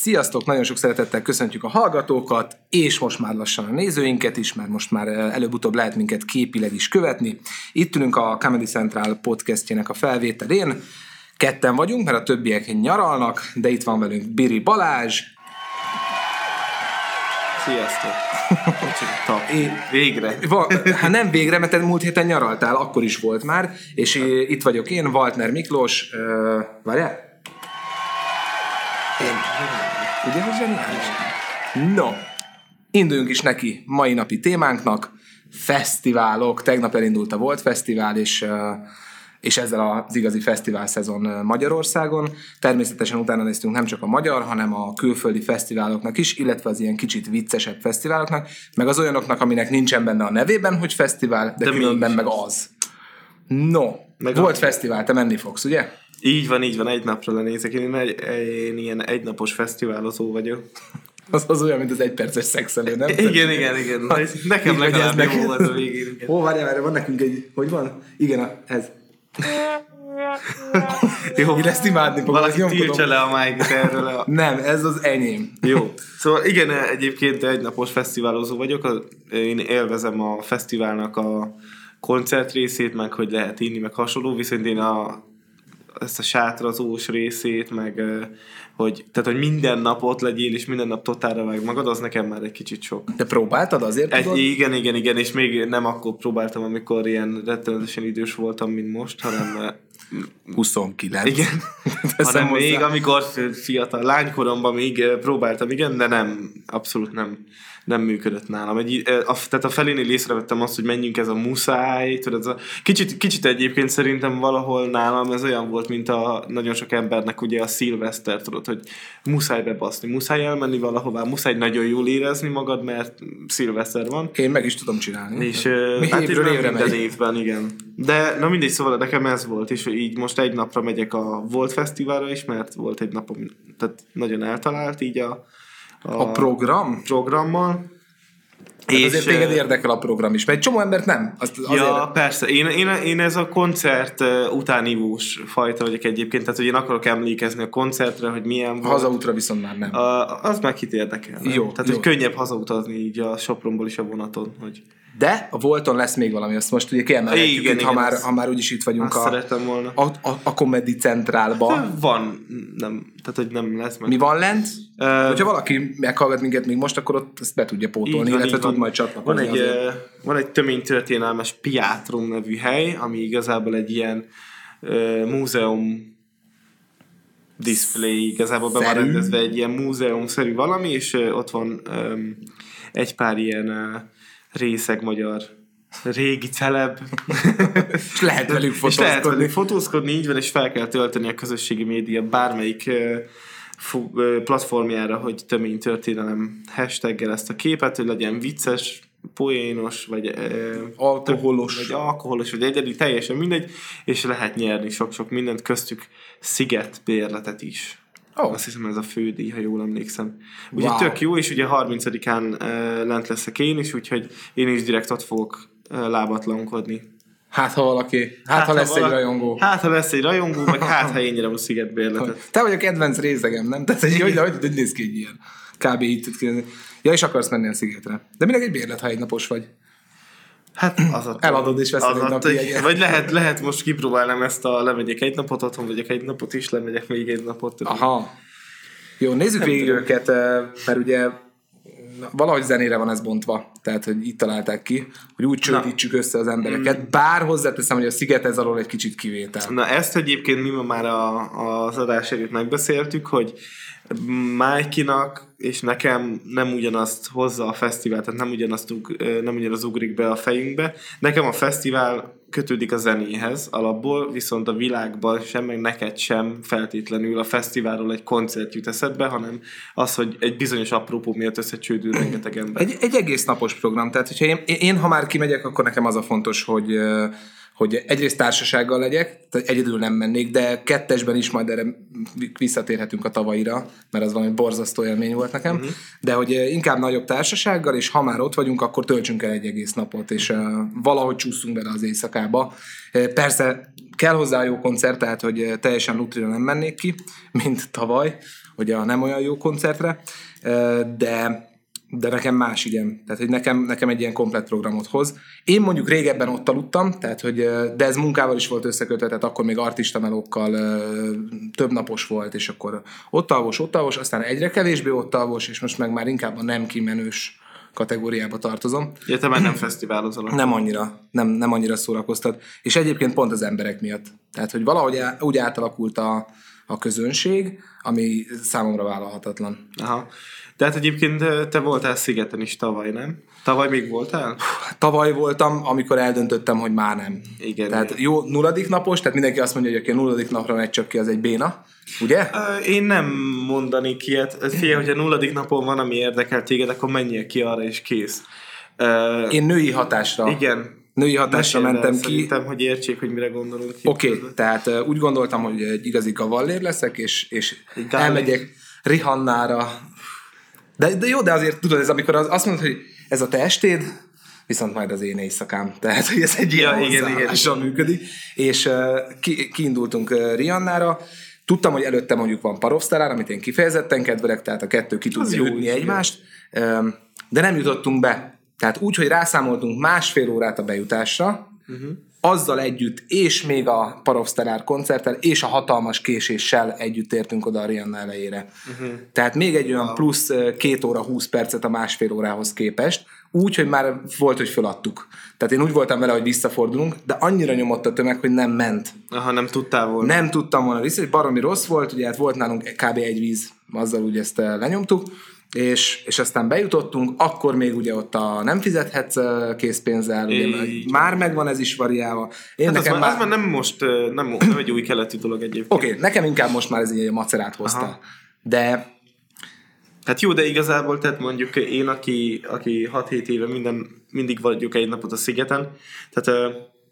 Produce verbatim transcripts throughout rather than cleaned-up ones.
Sziasztok, nagyon sok szeretettel köszöntjük a hallgatókat, és most már lassan a nézőinket is, mert most már előbb-utóbb lehet minket képileg is követni. Itt ülünk a Comedy Central podcastjének a felvételén. Ketten vagyunk, mert a többiek nyaralnak, de itt van velünk Biri Balázs. Sziasztok! É, végre. Va, hát nem végre, mert te múlt héten nyaraltál, akkor is volt már, és itt vagyok én, Waltner Miklós. Uh, várjál? Én. Ugye, hogy zseniális? No, induljunk is neki mai napi témánknak. Fesztiválok. Tegnap elindult a Volt Fesztivál, és, és ezzel az igazi fesztivál szezon Magyarországon. Természetesen utána néztünk nem csak a magyar, hanem a külföldi fesztiváloknak is, illetve az ilyen kicsit viccesebb fesztiváloknak, meg az olyanoknak, aminek nincsen benne a nevében, hogy fesztivál, de, de különben meg az. No, meg Volt a... fesztivál, te menni fogsz, ugye? Így van, így van, egy napra lenézek. Én, egy, én ilyen egynapos fesztiválozó vagyok. Az, az olyan, mint az egyperces szexelő, nem? Igen, igen, igen. Hát, nekem legalább jó volt a végén. Ó, várjál, várjál, van nekünk egy, hogy van? Igen, ez. Jó. Én ezt imádni fogom. Valaki tiltsa le a mic-et erről. A... Nem, ez az enyém. Jó. Szóval igen, egyébként egynapos fesztiválozó vagyok. Én élvezem a fesztiválnak a koncert részét, meg hogy lehet inni, meg hasonló, viszont én a ezt a sátrazós részét, meg hogy, tehát, hogy minden nap ott legyél, és minden nap totálra meg magad, az nekem már egy kicsit sok. De próbáltad azért? Egy, igen, igen, igen, és még nem akkor próbáltam, amikor ilyen rettenetesen idős voltam, mint most, hanem huszonkilenc. Igen. hanem még, hozzá. Amikor fiatal lánykoromban még próbáltam, igen, de nem, abszolút nem, nem működött nálam. Egy, a, tehát a felénél észrevettem azt, hogy menjünk ez a muszáj, tudod, ez a, kicsit, kicsit egyébként szerintem valahol nálam ez olyan volt, mint a nagyon sok embernek ugye a szilveszter, tudod, hogy muszáj bebaszni, muszáj elmenni valahová, muszáj nagyon jól érezni magad, mert szilveszter van. Én meg is tudom csinálni. És Mi hát évről évre minden megy. Évben, igen. De na mindegy, szóval nekem ez volt, és így most egy napra megyek a Volt Fesztiválra is, mert volt egy napom, tehát nagyon eltalált így a A, a program? Programmal. És azért téged érdekel a program is, mert egy csomó embert nem. Azt, azért... Ja, persze. Én, én, én ez a koncert utánívós fajta vagyok egyébként, tehát hogy én akarok emlékezni a koncertre, hogy milyen volt. Hazaútra viszont már nem. A, az meg kit érdekel. Nem? Jó, tehát, jó. hogy könnyebb hazautazni így a Sopronból is a vonaton. Hogy... De a Volton lesz még valami, azt most ugye kiemelhetjük, igen, itt, igen, ha, már, ha már úgyis itt vagyunk a, a, a, a Comedy Centrálba. Van, nem, tehát hogy nem lesz meg. Mi van lent? Uh, Hogyha valaki meghallgat minket még most, akkor ott ezt be tudja pótolni, van, illetve tud majd csatlakozni. Van egy, uh, van egy töménytörténelmes Piátrum nevű hely, ami igazából egy ilyen uh, múzeum display, igazából be van rendezve egy ilyen múzeumszerű valami, és uh, ott van um, egy pár ilyen uh, részeg magyar régi celeb. És lehet velük fotózkodni. És lehet velük fotózkodni, így van, és fel kell tölteni a közösségi média bármelyik uh, uh, platformjára, hogy töménytörténelem hashtaggel ezt a képet, hogy legyen vicces, poénos, vagy uh, alkoholos, vagy alkoholos, vagy egyedi, teljesen mindegy, és lehet nyerni sok-sok mindent, köztük sziget bérletet is. Oh. Azt hiszem ez a fődíj, ha jól emlékszem. Úgyhogy wow. Tök jó, és ugye harmincadikán uh, lent leszek én is, úgyhogy én is direkt ott fogok uh, lábatlankodni. Hát ha valaki, hát, hát ha lesz ha valaki, egy rajongó. Hát ha lesz egy rajongó, meg hát ha én nyerem a szigetbérletet. Te vagy a kedvenc részegem, nem? Tehát hogy, hogy, hogy néz ki egy ilyen? Kb. Így tud kérdezni. Ja, és akarsz menni a szigetre. De minek egy bérlet, ha egy napos vagy? Hát az attól, eladod és veszel egy napi egyet. Vagy lehet, lehet most kipróbálnám ezt a lemegyek egy napot, otthon vagyok egy napot is, lemegyek még egy napot. Aha. Jó, nézzük nem végig tudom. Őket, mert ugye valahogy zenére van ez bontva, tehát hogy itt találták ki, hogy úgy csődítsük össze az embereket, mm. bár hozzáteszem, hogy a sziget ez alól egy kicsit kivétel. Na ezt egyébként mi ma már a, az adás előtt megbeszéltük, hogy Mikey-nak és nekem nem ugyanazt hozza a fesztivál, tehát nem, ugyanazt, nem ugyanaz ugrik be a fejünkbe. Nekem a fesztivál kötődik a zenéhez alapból, viszont a világban sem, meg neked sem feltétlenül a fesztiválról egy koncert jut eszedbe, hanem az, hogy egy bizonyos apropó miatt összecsődül rengeteg ember. Egy, egy egész napos program, tehát hogyha én, én ha már kimegyek, akkor nekem az a fontos, hogy hogy egyrészt társasággal legyek, tehát egyedül nem mennék, de kettesben is majd erre visszatérhetünk a tavalyira, mert az valami borzasztó élmény volt nekem, uh-huh. de hogy inkább nagyobb társasággal, és ha már ott vagyunk, akkor töltsünk el egy egész napot, és uh, valahogy csúszunk bele az éjszakába. Uh, persze kell hozzá jó koncert, tehát hogy teljesen lutrira nem mennék ki, mint tavaly, hogy a nem olyan jó koncertre, uh, de de nekem más, igen. Tehát, hogy nekem, nekem egy ilyen komplett programot hoz. Én mondjuk régebben ott aludtam, tehát, hogy, de ez munkával is volt összekötve, tehát akkor még artistamelókkal több napos volt, és akkor ott alvos, ott alvos, aztán egyre kevésbé ott alvos, és most meg már inkább a nem kimenős kategóriába tartozom. Ja, te már nem fesztiválozol. Nem annyira, nem, nem annyira szórakoztat. És egyébként pont az emberek miatt. Tehát, hogy valahogy úgy átalakult a, a közönség, ami számomra vállalhatatlan. Aha. De hát egyébként te voltál Szigeten is tavaly, nem? Tavaly még voltál? Tavaly voltam, amikor eldöntöttem, hogy már nem. Igen. Tehát igen. Jó, nulladik napos, tehát mindenki azt mondja, hogy aki a nulladik napra megy csak ki, az egy béna. Ugye? Én nem mondanék ilyet. Figyelj, hogyha a nulladik napon van, ami érdekel téged, akkor menjél ki arra, és kész. Én női hatásra. Igen. Női hatásra Mesélj mentem el, ki. Szerintem, hogy értsék, hogy mire gondolunk. Oké, okay, tehát uh, úgy gondoltam, hogy egy igazi gavallér leszek, és, és elmegyek Rihannára. De, de jó, de azért tudod, ez amikor az, azt mondod, hogy ez a te estéd, viszont majd az én éjszakám. Tehát, hogy ez egy ilyen ja, hozzáállással működik. És uh, ki, kiindultunk uh, Rihannára. Tudtam, hogy előtte mondjuk van Parovsztárár, amit én kifejezetten kedvelek, tehát a kettő ki tudja ütni egymást. Um, de nem jutottunk be. Tehát úgy, hogy rászámoltunk másfél órát a bejutásra, uh-huh. azzal együtt, és még a Parovsztárár koncerttel, és a hatalmas késéssel együtt értünk oda a Rihanna elejére. Uh-huh. Tehát még egy olyan plusz két óra húsz percet a másfél órához képest, úgy, hogy már volt, hogy föladtuk. Tehát én úgy voltam vele, hogy visszafordulunk, de annyira nyomott a tömeg, hogy nem ment. Aha, nem tudtál volna. Nem tudtam volna vissza, és baromi rossz volt, ugye hát volt nálunk kb. Egy víz, azzal úgy ezt lenyomtuk, És, és aztán bejutottunk, akkor még ugye ott a nem fizethetsz készpénzzel, ugye, már megvan ez is variálva. Én hát nekem az, már, az már nem most, nem, nem egy új keletű dolog egyébként. Oké, okay, nekem inkább most már ez egy macerát hozta. Aha. De... Hát jó, de igazából, tehát mondjuk én, aki, aki hat-hét éve minden, mindig vagyok egy napot a Szigeten, tehát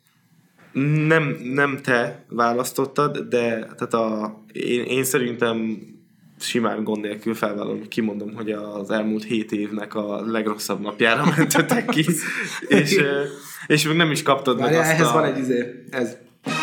nem, nem te választottad, de tehát a, én, én szerintem simán gond nélkül felvállalom, kimondom, hogy az elmúlt hét évnek a legrosszabb napjára mentetek ki, és, és még nem is kaptad Várjál, meg azt ehhez a... van egy izé, ez.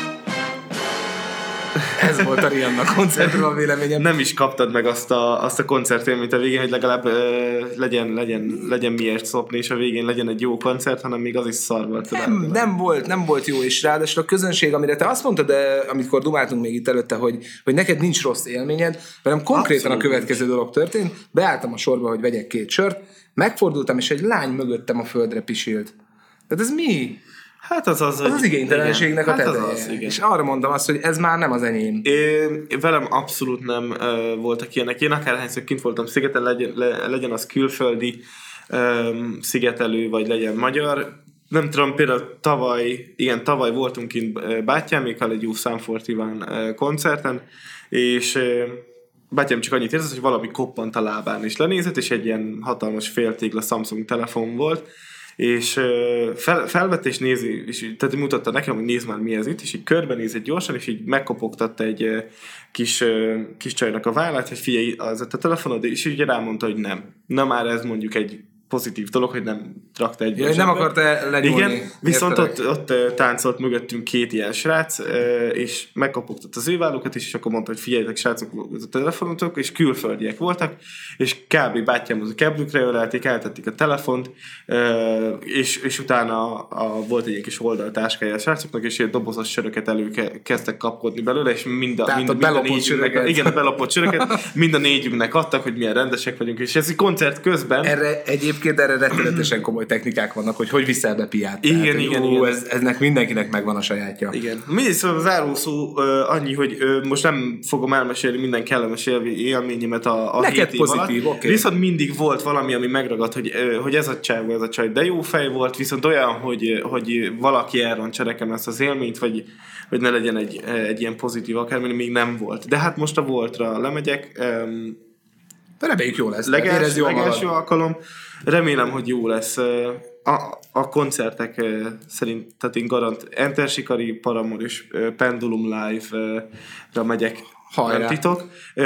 Ez volt a Rihanna koncertről a véleményem. Nem is kaptad meg azt a, azt a koncertélményt a végén, hogy legalább uh, legyen, legyen, legyen miért szopni, és a végén legyen egy jó koncert, hanem még az is szar volt. Nem, nem, volt, nem volt jó, és ráadásul a közönség, amire te azt mondtad, de amikor dumáltunk még itt előtte, hogy, hogy neked nincs rossz élményed, hanem konkrétan abszolút a következő nincs. Dolog történt. Beálltam a sorba, hogy vegyek két sört, megfordultam, és egy lány mögöttem a földre pisilt. Tehát ez mi? Hát az az, az, az igénytelenségnek a teteje. Hát az az, és arra mondom azt, hogy ez már nem az enyém. Én, velem abszolút nem uh, voltak ilyenek. Én akárhányszor kint voltam Szigeten, legyen, le, legyen az külföldi um, szigetelő, vagy legyen magyar. Nem tudom, például tavaly, igen, tavaly voltunk kint uh, Bátyámékkal egy jó Sum negyvenöt uh, koncerten, és uh, Bátyám csak annyit érzett, hogy valami koppant a lábán, és lenézett, és egy ilyen hatalmas féltégla Samsung telefon volt, és fel, felvett és nézi, és tehát mutatta nekem, hogy nézd már mi ez itt, és így körbenézett gyorsan, és így megkopogtatta egy kis, kis csajnak a vállát, hogy figyelj, az a telefonod, és így rámondta, hogy nem. Na már ez mondjuk egy pozitív dolog, hogy nem rakta egy... Ja, nem akarta lenyúlni. Igen, viszont ott, ott táncolt mögöttünk két ilyen srác, és megkapogtott az ő vállukat is, és akkor mondta, hogy figyeljetek, srácok, ez a telefonotok, és külföldiek voltak, és kb. Bátyámhoz a keblükre ölelték, eltették a telefont, és, és utána a, volt egy ilyen kis oldaltáskája a srácoknak, és ilyen dobozos söröket előkezdtek kapkodni belőle, és mind a, mind, mind a négyünknek, igen, a belopott söröket, mind a négyünknek adtak, hogy milyen rendesek vagyunk, és ez egy koncert közben. Erre egyébként erre rettenetesen komoly technikák vannak, hogy hogy viszel be piát. Igen, tehát, igen, ó, igen. Ez, eznek mindenkinek megvan a sajátja. Igen. Mindig szóval az zárószó uh, annyi, hogy uh, most nem fogom elmesélni minden kellemes élményemet a, a neked hét pozitív, év alatt. Okay. Viszont mindig volt valami, ami megragadt, hogy, uh, hogy ez a csávó, ez a csaj, de jó fej volt, viszont olyan, hogy, hogy valaki elrontsa nekem ezt az élményt, vagy, vagy ne legyen egy, egy ilyen pozitív akármi, még nem volt. De hát most a Voltra lemegyek. Um, Reméljük jó lesz. Legels, legelső alkalom. Remélem, hogy jó lesz. a, a koncertek szerint, tehát én garant Enter Shikari, Paramore és Pendulum Live-ra megyek, Hajrá. Nem titok.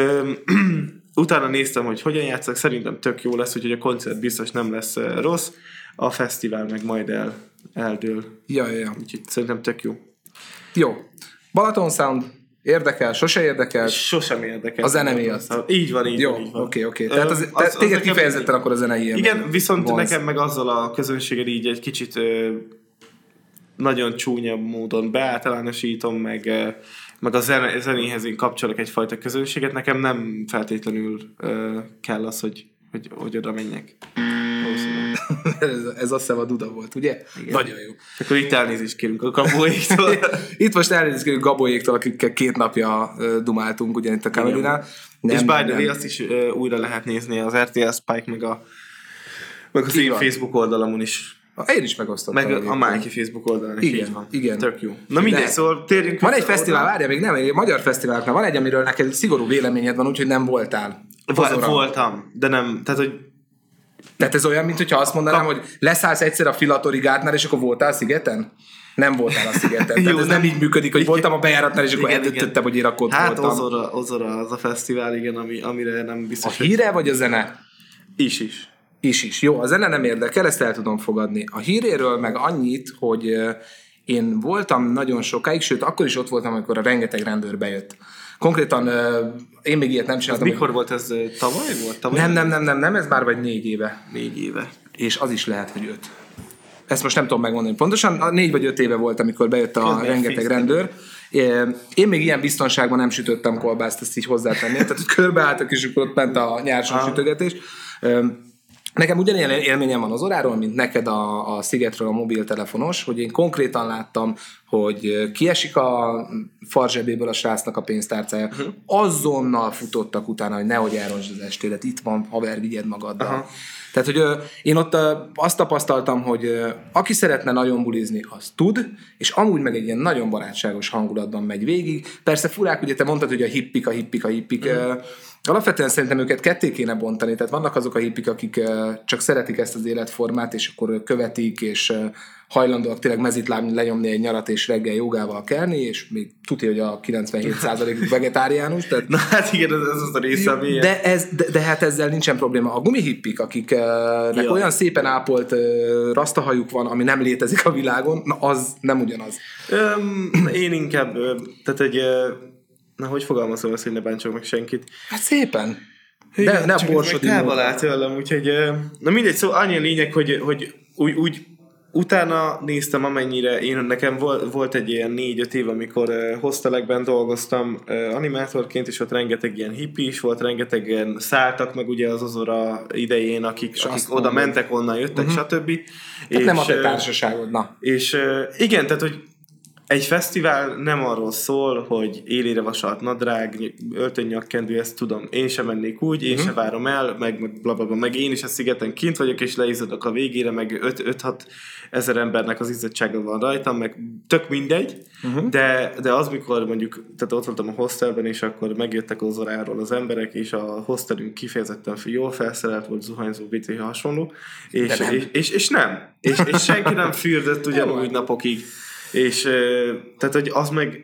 Utána néztem, hogy hogyan játszak, szerintem tök jó lesz, úgyhogy a koncert biztos nem lesz rossz, a fesztivál meg majd el, eldől. Ja, ja, ja. Úgyhogy szerintem tök jó. Jó. Balaton Sound érdekel, sose érdekel? Sosem érdekel. A zene miatt. Így van, így jó, van. Jó, oké, oké. Tehát az, az, az téged kifejezetten akkor a zenei élmény. Igen, viszont vonz. Nekem meg azzal a közönséggel így egy kicsit ö, nagyon csúnyabb módon beáltalánosítom, meg, ö, meg a zene, zenéhez én kapcsolok egyfajta közönséget. Nekem nem feltétlenül ö, kell az, hogy, hogy, hogy oda menjek. ez, ez azt hiszem a Duda volt, ugye? Igen. Nagyon jó. Akkor itt elnézést kérünk a Gabolyéktól. Itt most elnézést kérünk Gabolyéktól, akikkel két napja uh, dumáltunk ugyanitt a Comedy-nál. És by the way, azt is uh, újra lehet nézni az er té el Spike, meg, a, meg az én Facebook oldalamon is. Én is megosztottam. Meg a Mikey Facebook oldalán is. Igen, így van. igen. Tök jó. Na mindegy, szóval térjünk. Van egy fesztivál, várja, még nem, egy magyar fesztiváloknál van egy, amiről neked szigorú véleményed van, úgyhogy nem voltál. Vo- voltam, de nem, tehát hogy Tehát ez olyan, mint hogyha azt mondanám, hogy leszállsz egyszer a Filatori gátnál, és akkor voltál szigeten? Nem voltál a szigeten. Tehát jó, ez nem, nem így működik, hogy voltam a bejáratnál, és akkor eldöntöttem, hogy én akkor hát voltam. Hát Ozora, Ozora az a fesztivál, igen, ami, amire nem biztos. A híre vagy a zene? Is is. Is is. Jó, a zene nem érdekel, ezt el tudom fogadni. A híréről meg annyit, hogy én voltam nagyon sokáig, sőt, akkor is ott voltam, amikor a rengeteg rendőr bejött. Konkrétan én még ilyet nem csináltam. Ez mikor volt ez? Tavaly volt? Tavaly nem, nem, nem, nem, nem, ez már vagy négy éve. Négy éve. És az is lehet, hogy öt. Ezt most nem tudom megmondani pontosan. Négy vagy öt éve volt, amikor bejött a Közben rengeteg rendőr. Én még ilyen biztonságban nem sütöttem kolbászt, ezt így hozzátenném. Tehát körbeálltak, és akkor ott ment a nyárson sütögetés. Nekem ugyanilyen élményem van az Oráról, mint neked a, a Szigetről a mobiltelefonos, hogy én konkrétan láttam, hogy kiesik a farzsebéből a srácnak a pénztárcája, uh-huh. azonnal futottak utána, hogy nehogy elrontsd az estélet, itt van, haver, vigyed magaddal. Uh-huh. Tehát, hogy ö, én ott ö, azt tapasztaltam, hogy ö, aki szeretne nagyon bulizni, az tud, és amúgy meg egy ilyen nagyon barátságos hangulatban megy végig. Persze furák, ugye te mondtad, hogy a hippik, a hippik, a hippik. Mm. Ö, alapvetően szerintem őket ketté kéne bontani, tehát vannak azok a hippik, akik ö, csak szeretik ezt az életformát, és akkor követik, és ö, hajlandóak tényleg mezitlábni lenyomni egy nyarat, és reggel jogával kelni, és még tudja, hogy a kilencvenhét százalék vegetáriánus. Tehát... Na hát igen, ez, ez az a része, ami de, ez, de, de hát ezzel nincsen probléma. A gumihippik, akiknek ja. olyan szépen ápolt uh, rasztahajuk van, ami nem létezik a világon, na az nem ugyanaz. Öm, én inkább, tehát egy, na hogy fogalmazom ezt, hogy ne bántsok meg senkit? Hát szépen. De ne a borsodin. Távol áll tőlem, úgyhogy na mindegy, szóval annyi a lényeg, hogy, hogy úgy, úgy utána néztem, amennyire én, nekem volt, volt egy ilyen négy-öt év, amikor uh, hostelekben dolgoztam uh, animátorként, és ott rengeteg ilyen hippi is volt, rengetegen szálltak meg ugye az Ozora idején, akik, akik oda mentek, onnan jöttek, uh-huh. stb. Hát és, nem a te társaságod, na. És uh, igen, tehát, hogy egy fesztivál nem arról szól, hogy élére vasalt nadrág, öltönynyakkendő, ezt tudom. Én sem mennék úgy, én uh-huh. sem várom el, meg, meg blablabla, meg én is a szigeten kint vagyok, és leizzadok a végére, meg öt-hat ezer embernek az izzadsága van rajtam, meg tök mindegy, uh-huh. de, de az, mikor mondjuk, tehát ott voltam a hostelben, és akkor megjöttek az Oráról az emberek, és a hostelünk kifejezetten jól felszerelt volt, zuhanyzó, bé té hasonló, és, és, és, és nem. És, és senki nem fürdött ugyanúgy napokig. És tehát, hogy az meg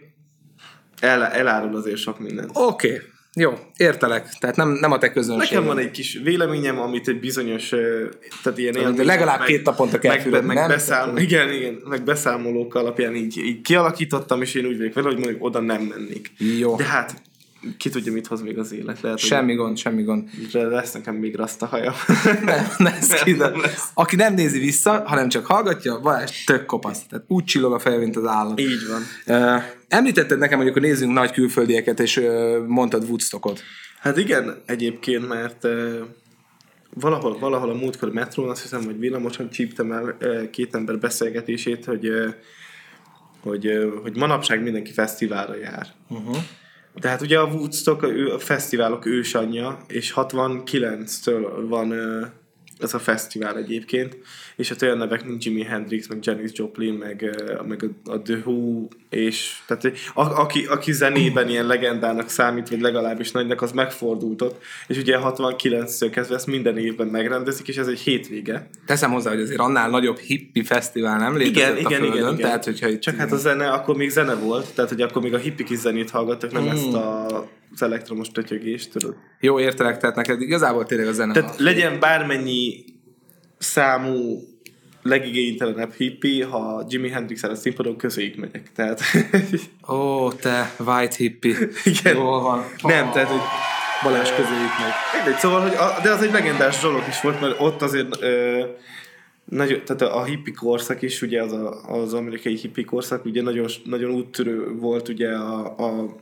el, elárul azért sok mindent. Oké, okay. Jó, értelek. Tehát nem, nem a te közönséged. Nekem van egy kis véleményem, amit egy bizonyos, tehát ilyen élmény, de legalább meg, két naponta kell meg, fürödni, meg nem? Beszáll, igen, igen, meg beszámolók alapján így, így kialakítottam, és én úgy vagyok vele, hogy mondjuk oda nem mennék. Jó. De hát ki tudja, mit hoz még az élet. Lehet, semmi gond, semmi gond. Lesz nekem még rasta haja. nem, lesz, nem, nem lesz. Aki nem nézi vissza, hanem csak hallgatja, Balázs tök kopasz. Tehát úgy csillog a feje, mint az állat. Így van. Uh, említetted nekem, hogy akkor nézzünk nagy külföldieket, és uh, mondtad Woodstockot. Hát igen, egyébként, mert uh, valahol, valahol a múltkor metrón, azt hiszem, hogy villamoson csíptem el uh, két ember beszélgetését, hogy, uh, hogy, uh, hogy manapság mindenki fesztiválra jár. Uh-huh. De hát ugye a Woodstock a fesztiválok ősanyja, és hatvankilenctől van ö, ez a fesztivál egyébként, és hát olyan nevek, mint Jimi Hendrix, meg Janis Joplin, meg, meg a The Who, és tehát a, aki, aki zenében ilyen legendának számít, vagy legalábbis nagynak, az megfordult ott, és ugye hatvankilenctől kezdve ezt minden évben megrendezik, és ez egy hétvége. Teszem hozzá, hogy azért annál nagyobb hippi fesztivál nem létezett igen, a igen, Földön, igen, igen. tehát hogyha itt... Csak hát a zene, akkor még zene volt, tehát hogy akkor még a hippik is zenét hallgattak, nem mm. ezt a, az elektromos tötyögést, tudod. Jó, értelek, tehát neked igazából tényleg a zene. Tehát a... legyen bármennyi számú legigénytelenebb hippi, ha Jimi Hendrix-el a színpadon közéig megyek, tehát... Ó, te white hippie. Igen. Jól van. Nem, oh. tehát, hogy... Balázs közéig megy. Mindegy, szóval, hogy a, de az egy legendás dolog is volt, mert ott azért ö, nagy, tehát a hippi korszak is, ugye az, a, az amerikai hippi korszak, ugye nagyon, nagyon úttörő volt ugye a... a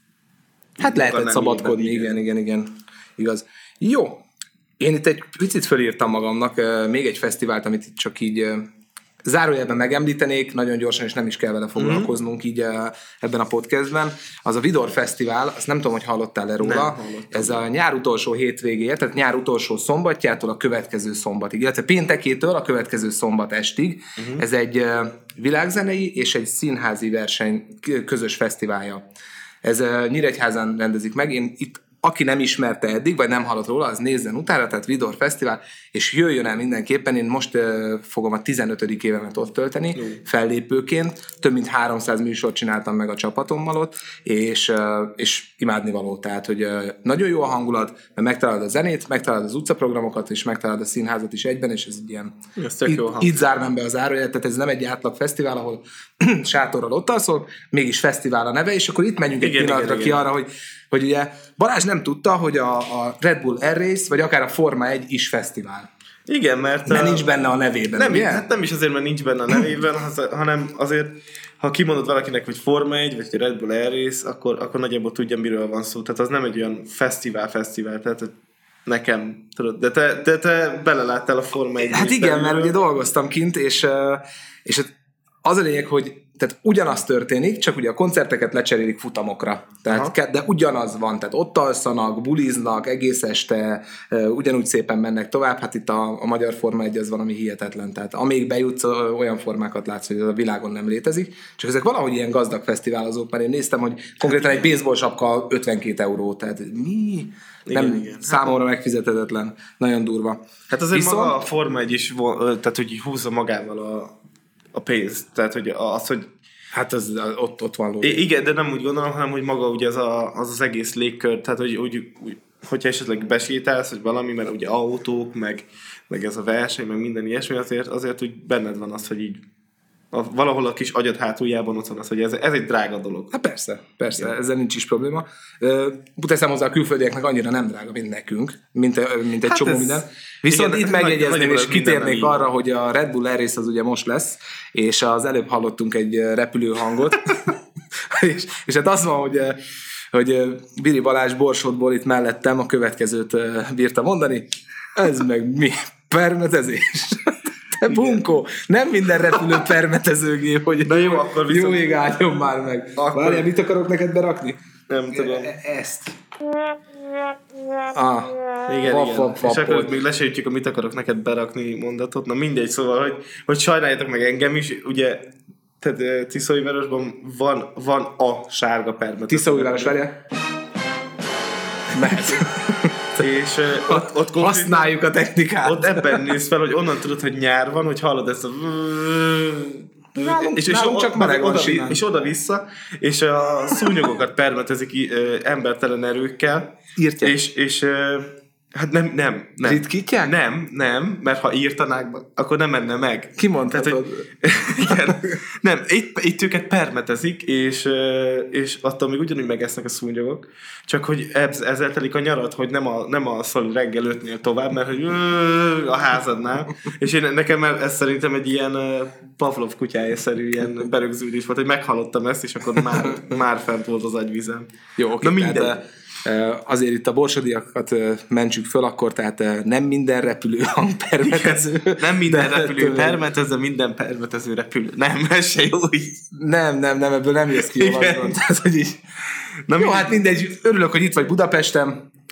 hát lehetett szabadkodni, igen, igen, igen, igaz. Jó, én itt egy picit fölírtam magamnak még egy fesztivált, amit itt csak így zárójelben megemlítenék, nagyon gyorsan, és nem is kell vele foglalkoznunk mm-hmm. így ebben a podcastben. Az a Vidor Fesztivál, azt nem tudom, hogy hallottál-e róla. Ez a nyár utolsó hétvégéje, tehát nyár utolsó szombatjától a következő szombatig, illetve péntekétől a következő szombat estig. Mm-hmm. Ez egy világzenei és egy színházi verseny közös fesztiválja. Ez Nyíregyházán rendezik meg. Én itt aki nem ismerte eddig, vagy nem hallott róla, az nézzen utána, tehát Vidor Fesztivál, és jöjjön el mindenképpen. Én most uh, fogom a tizenötödik évemet ott tölteni, mm. fellépőként. Több mint háromszáz műsort csináltam meg a csapatommal ott, és, uh, és imádnivaló. Tehát, hogy uh, nagyon jó a hangulat, mert megtalálod a zenét, megtalálod az utcaprogramokat, és megtalálod a színházat is egyben, és ez egy ilyen... Itt, itt zárnám be az áróját, tehát ez nem egy átlag fesztivál, ahol sátorral ott alszol, mégis fesztivál a neve, és akkor itt menjünk igen, egy pillanatra igen, ki igen. arra, hogy hogy ugye Balázs nem tudta, hogy a, a Red Bull Air Race, vagy akár a Forma egy is fesztivál. Igen, mert... Mert nincs benne a nevében, nem, ugye? Hát nem is azért, mert nincs benne a nevében, hanem azért, ha kimondod valakinek, hogy Forma egy, vagy Red Bull Air Race, akkor, akkor nagyjából tudja, miről van szó. Tehát az nem egy olyan fesztivál-fesztivál, tehát nekem, tudod, de te, de te beleláttál a Forma egy. Hát igen, mert ugye dolgoztam kint, és, és az a lényeg, hogy tehát ugyanaz történik, csak ugye a koncerteket lecserélik futamokra. Tehát, de ugyanaz van, tehát ott alszanak, buliznak, egész este, ugyanúgy szépen mennek tovább. Hát itt a, a magyar Forma egy az valami hihetetlen. Tehát amíg bejutsz, olyan formákat látsz, hogy ez a világon nem létezik. Csak ezek valahogy ilyen gazdag fesztiválozók, mert én néztem, hogy konkrétan egy baseball sapka ötvenkét euró. Tehát mi? Nem, igen, igen. Számomra megfizethetetlen. Nagyon durva. Hát azért Viszont... maga a Forma egy is, tehát hogy húzza magával a a pénz, tehát hogy az, hogy hát az, ott, ott van lóvé. Igen, de nem úgy gondolom, hanem hogy maga ugye az az, az egész légkör, tehát hogy úgy, úgy, hogyha esetleg besétálsz, vagy valami, mert ugye autók, meg, meg ez a verseny, meg minden ilyesmi, azért, azért úgy benned van az, hogy így a, valahol a kis agyad hátuljában ott van az, hogy ez, ez egy drága dolog. Hát persze, persze, ja. Ezzel nincs is probléma. Teszem hozzá, a külföldieknek annyira nem drága, mint nekünk, mint, mint egy hát csomó ez, minden. Viszont igen, itt megjegyezném, és kitérnék arra, hogy a Red Bull Air Race az ugye most lesz, és az előbb hallottunk egy repülő hangot, és, és hát az van, hogy, hogy Biri Balázs Borsodból itt mellettem a következőt bírta mondani, ez meg mi? Permetezés. Te bunkó, nem minden repülő permetezőgép, hogy na jó, akkor viszont... jó ég álljon már meg. Akkor... Várjál, mit akarok neked berakni? Nem tudom. Ezt. Ah, igen, fap, igen. Fap, fap, és akkor még lesejtjük a mit akarok neked berakni mondatot. Na mindegy, szóval, hogy, hogy sajnáljátok meg engem is, ugye, tehát Tiszaújvárosban van, van a sárga permetező. Tiszaújváros, várjál? Mehet. És uh, ott, ott használjuk a technikát. Ott ebben néz fel, hogy onnan tudod, hogy nyár van, hogy hallod ezt a... Nálunk, és, és, nálunk csak meleg van simán. És oda-vissza, és a szúnyogokat permetezik uh, embertelen erőkkel. Írtják. És, és uh, hát nem, nem. nem. Ritkítják? Nem, nem, mert ha írtanák, akkor nem menne meg. Ki mondhatod? Igen. Nem, itt, itt őket permetezik, és, és attól még ugyanúgy megesznek a szúnyogok, csak hogy ezzel telik a nyarad, hogy nem a, nem a szól reggel ötnél tovább, mert hogy a házadnál, és én, nekem ez szerintem egy ilyen Pavlov kutyája-szerű ilyen berögződés volt, hogy meghallottam ezt, és akkor már, már fent volt az agyvizem. Jó, oké, okay, tehát azért itt a borsodiakat mentsük föl, akkor tehát nem minden repülő hang permetező. Igen, nem minden repülő permetező, minden permetező repülő. Nem, ez se jó így. Nem, nem, nem, ebből nem jössz ki jól. Tehát, hogy így. Na, jó, hát mindegy, örülök, hogy itt vagy Budapesten.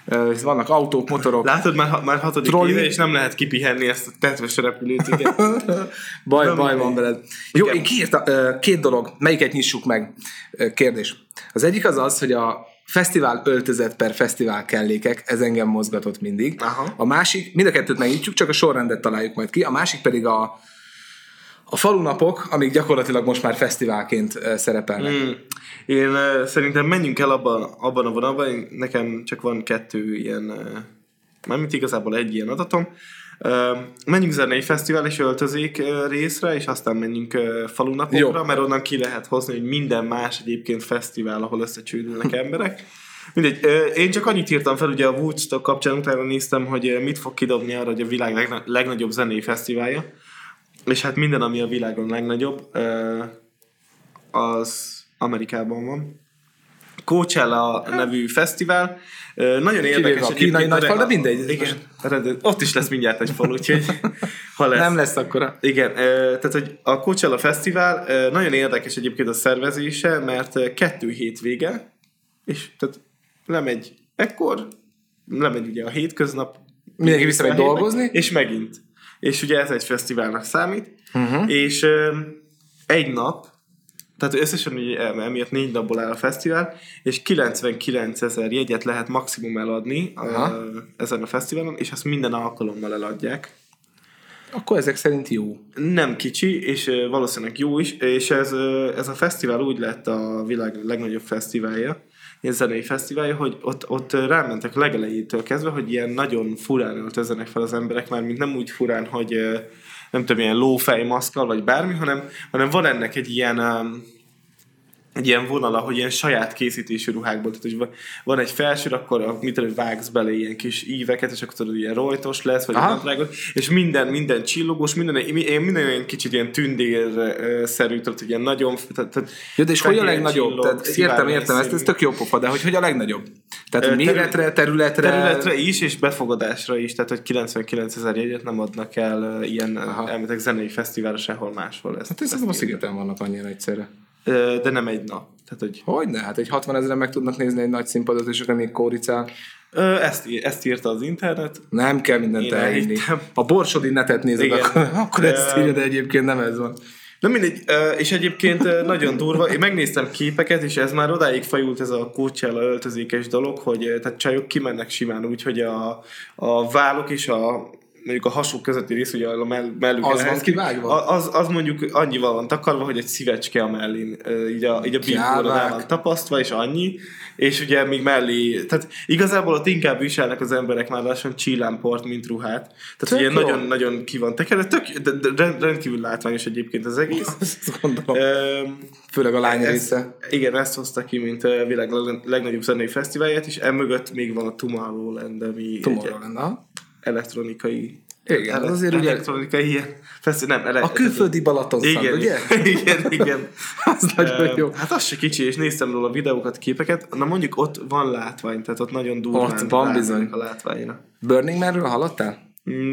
vannak autók, motorok. Látod, már, már hatodik trolli. Éve, és nem lehet kipihenni ezt a tetves repülőt. baj, nem baj van veled. Jó, igen. Én kiírtam két dolog, melyiket nyissuk meg? Kérdés. Az egyik az az, hogy a fesztivál öltözet per fesztivál kellékek, ez engem mozgatott mindig. Aha. A másik, mind a kettőt megnyitjuk, csak a sorrendet találjuk majd ki. A másik pedig a, a falunapok, amik gyakorlatilag most már fesztiválként szerepelnek. Mm. Én uh, szerintem menjünk el abban, abban a vonalban, én, nekem csak van kettő ilyen, uh, mármint igazából egy ilyen adatom. Uh, menjünk zenei fesztivál és öltözék uh, részre, és aztán menjünk uh, falunapokra, jó. Mert onnan ki lehet hozni, hogy minden más egyébként fesztivál, ahol összecsődülnek emberek. Mindegy, uh, én csak annyit írtam fel, ugye a Woodstock kapcsán utána néztem, hogy uh, mit fog kidobni arra, hogy a világ legna- legnagyobb zenei fesztiválja, és hát minden, ami a világon legnagyobb, uh, az Amerikában van. Coachella nevű fesztivál. Nagyon érdekes. A kínai nagyfal, de mindegy. Igen, ott is lesz mindjárt egy fal, úgyhogy ha lesz. Nem lesz akkora. Igen, tehát hogy a Coachella fesztivál nagyon érdekes egyébként a szervezése, mert kettő hétvége, és tehát lemegy ekkor, lemegy ugye a hétköznap. Mindenki visszamegy dolgozni. És megint. És ugye ez egy fesztiválnak számít. Uh-huh. És egy nap, tehát összesen ugye, emiatt négy napból áll a fesztivál, és kilencvenkilenc ezer jegyet lehet maximum eladni a, ezen a fesztiválon, és azt minden alkalommal eladják. Akkor ezek szerint jó. Nem kicsi, és valószínűleg jó is, és ez, ez a fesztivál úgy lett a világ legnagyobb fesztiválja, ilyen zenei fesztiválja, hogy ott, ott rámentek legelejétől kezdve, hogy ilyen nagyon furán öltözenek fel az emberek, már mint nem úgy furán, hogy nem tudom, ilyen lófej maszkkal, vagy bármi, hanem, hanem van ennek egy ilyen, um, egy ilyen vonala, hogy ilyen saját készítésű ruhákból, tehát hogy van egy felső, akkor mit tudom, vágsz bele ilyen kis íveket, és akkor tudod, ilyen rojtos lesz, vagy nadrágot, és minden, minden csillogós, minden, én minden olyan kicsit ilyen tündérszerű, tehát ilyen nagyon... Tehát, tehát jó, de és hogy a legnagyobb? Csillog, tehát, értem, értem, ezt, ez tök jó pofa, de hogy, hogy a legnagyobb? Tehát méretre, területre... Területre is, és befogadásra is, tehát hogy kilencvenkilenc ezer jegyet nem adnak el ilyen elmetek zenei fesztiválra sehol máshol. Ezt, hát ez a szigeten vannak annyira egyszerre. De nem egy nap. Tehát, hogy... Hogyne? Hát egy hatvan ezeren meg tudnak nézni egy nagy színpadot, és akkor még kóricál. Ezt, ezt írta az internet. Nem kell mindent elhinni. Ha Borsodi netet nézed, akkor, akkor ezt írja, de egyébként nem ez van. Na mindegy, és egyébként nagyon durva, én megnéztem képeket, és ez már odáig fajult ez a Coachella öltözékes dolog, hogy tehát csajok kimennek simán úgy, hogy a, a vállok és a mondjuk a hasuk közötti rész, ugye a mellük az van kivágva? Az, az mondjuk annyival van takarva, hogy egy szívecske a mellén, így a, így a bíróra rá van tapasztva, és annyi, és ugye még mellé, tehát igazából ott inkább viselnek az emberek már lassan csílámport, mint ruhát. Tehát ugye nagyon-nagyon ki van tekerve, tök, de, de rendkívül látványos egyébként az egész. Azt gondolom. Um, Főleg a lány része. Igen, ezt hozta ki, mint a világ legnagyobb zenei fesztiválját, és emögött még van a Tomorrowland, ami Tomorrowland, aha. Elektronikai. Igen, ele- azért elektronikai ugye... ilyen fesztivál, nem, ele- a külföldi Balatonszand, igen, ugye? Igen, igen. Az nagyon jó. Hát az se kicsi, és néztem róla videókat, képeket. Na mondjuk ott van látvány, tehát ott nagyon durván ott van bizony a látványra. Burning Man-ről hallottál?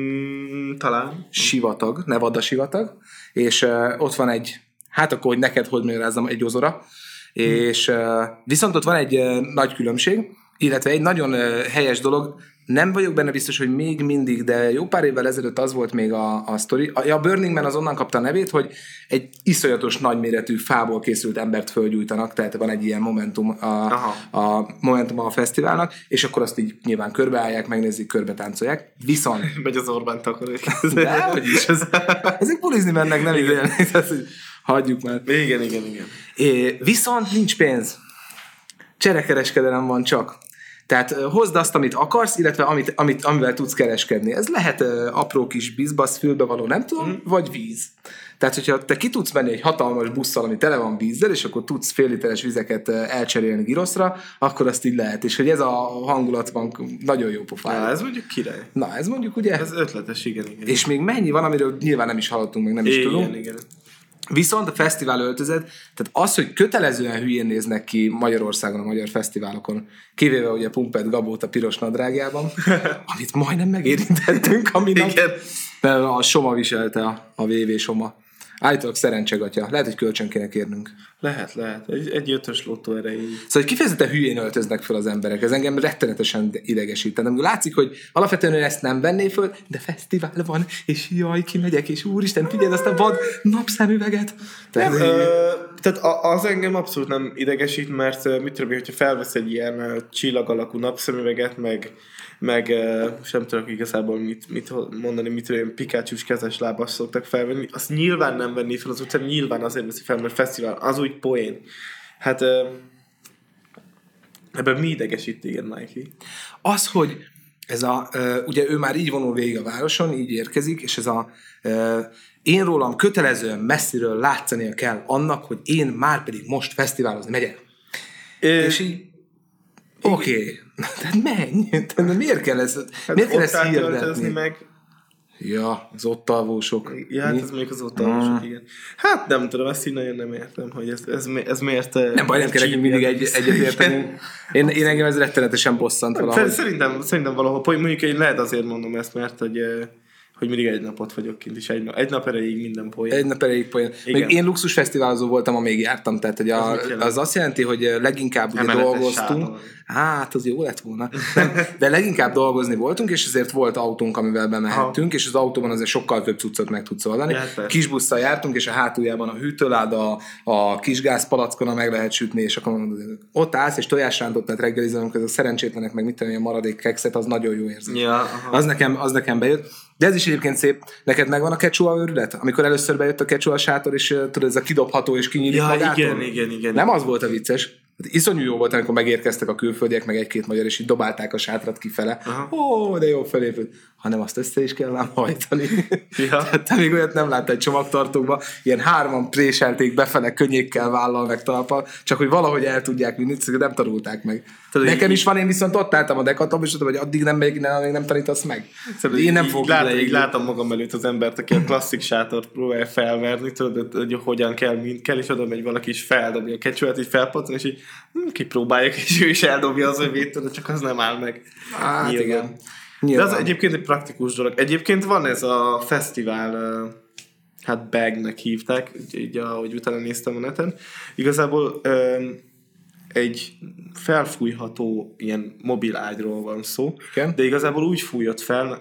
Mm, talán. Sivatag, Nevada sivatag, és uh, ott van egy, hát akkor, hogy neked hogy magyarázzam, egy ozora, hmm. és uh, viszont ott van egy uh, nagy különbség, illetve egy nagyon uh, helyes dolog, nem vagyok benne biztos, hogy még mindig, de jó pár évvel ezelőtt az volt még a, a sztori. A, a Burning Man az onnan kapta a nevét, hogy egy iszonyatos nagyméretű fából készült embert fölgyújtanak, tehát van egy ilyen momentum a, a momentum a fesztiválnak, és akkor azt így nyilván körbeállják, megnézik, körbe táncolják. Viszont... Megy az Orbán takarék. De, hogy is. Ez, ezek bulizni mennek, nem igényelni. Hagyjuk már. Igen, igen, igen. É, viszont nincs pénz. Cserekereskedelem van csak. Tehát hozd azt, amit akarsz, illetve amit, amit, amivel tudsz kereskedni. Ez lehet uh, apró kis bizbasz, fülbevaló, nem tudom, mm. vagy víz. Tehát, hogyha te ki tudsz menni egy hatalmas busszal, ami tele van vízzel, és akkor tudsz fél literes vizeket elcserélni giroszra, akkor azt így lehet. És hogy ez a hangulat van, nagyon jó pofája. Na, ez mondjuk király. Na, ez mondjuk ugye... Ez ötletes, igen, igen. És még mennyi van, amiről nyilván nem is hallottunk, meg nem is igen, tudunk. Igen, igen. Viszont a fesztivál öltözet, tehát az, hogy kötelezően hülyén néznek ki Magyarországon a magyar fesztiválokon, kivéve ugye Pumpet Gabót a piros nadrágjában, amit majdnem megérintettünk, aminek a Soma viselte, a, a vé vé Soma. Állítólag szerencsegatja. Lehet, hogy kölcsön kéne kérnünk. Lehet, lehet. Egy, egy ötös lottó erejéig. Szóval, hogy kifejezetten hülyén öltöznek fel az emberek. Ez engem rettenetesen idegesít. Tehát látszik, hogy alapvetően ő ezt nem venné föl, de fesztivál van, és jaj, kimegyek, és úristen, figyeld azt a vad napszemüveget. Tehát, nem, ö, tehát az engem abszolút nem idegesít, mert mit tudom, hogyha felvesz egy ilyen csillag alakú napszemüveget, meg meg sem tudok igazából mit, mit mondani, mit olyan Pikachu-s kezes lábas szoktak felvenni, azt nyilván nem venni fel az utcán, nyilván azért veszi fel, mert fesztivál, az úgy poén. Hát ebben mi idegesít téged, Mikey? Az, hogy ez a, ugye ő már így vonul végig a városon, így érkezik, és ez a én rólam kötelezően messziről látszania kell annak, hogy én már pedig most fesztiválozni megyek. É, és így oké, okay. Tehát menj, tehát miért kell ezt, hát miért kell ezt hirdetni? Meg... Ja, az ott alvósok. Ja, hát ez még az ott alvósok, mm. igen. Hát nem tudom, ezt így nagyon nem értem, hogy ez, ez, ez miért... Nem baj, nem kell nekünk mindig egy, egyet érteni. Én, én engem ez rettenetesen bosszant valahogy. Szerintem, szerintem valahol, mondjuk én lehet azért mondom ezt, mert hogy... hogy mindig egy napot vagyok kint, és egy, nap, egy nap erejéig minden poén. Egy nap erejéig poén. Még én luxusfesztiválozó voltam, amíg jártam, tehát hogy a, az azt jelenti, hogy leginkább ugye dolgoztunk. Sávon. Hát, az jó lett volna. Nem, de leginkább dolgozni voltunk, és ezért volt autónk, amivel bemehettünk, ha. És az autóban azért sokkal több cuccot meg tudsz oldani. Ja, kis busszal jártunk, és a hátuljában a hűtőláda, a kis gázpalackon meg lehet sütni, és akkor mondod, ott állsz, és tojásrántottát reggelizolunk, ez a szerencsétlenek, meg mit tudom, a maradék kekszet, az nagyon jó érzés. Ja, az, nekem, az nekem bejött. De ez is egyébként szép. Neked megvan a kecsua őrület? Amikor először bejött a kecsua sátor, és tudod, ez a kidobható és kinyílik ja, magától? igen, igen, igen. Nem az volt a vicces. Iszonyú jó volt, amikor megérkeztek a külföldiek, meg egy-két magyar, és így dobálták a sátrat kifele. Aha. Ó, de jó felépült. Hanem azt össze is kell ám hajtani. Ja. Tehát te még olyat nem láttál egy csomagtartókba, ilyen hárman préselték befele könnyékkel, vállal meg talpal, csak hogy valahogy el tudják vinni, nem tanulták meg. Tehát nekem is van, én viszont ott álltam a Dekaton, és tudom, hogy addig nem, még nem, nem tanítasz meg. Szóval én nem fogok lát, így látom magam előtt az embert, aki a klasszik sátort próbálja felverni, tudod, hogy hogyan kell, mint kell, és oda megy valaki is feldobja a kecsőt, így felpattan, és így hm, kipróbálják, és ő is eldobja az övét, tudod, csak az nem áll meg. Hát nyilván. Igen. Nyilván. De az egyébként egy praktikus dolog. Egyébként van ez a fesztivál, hát bagnek hívták, így ahogy utána néztem a neten. Igazából egy felfújható ilyen mobil ágyról van szó, igen? De igazából úgy fújott fel,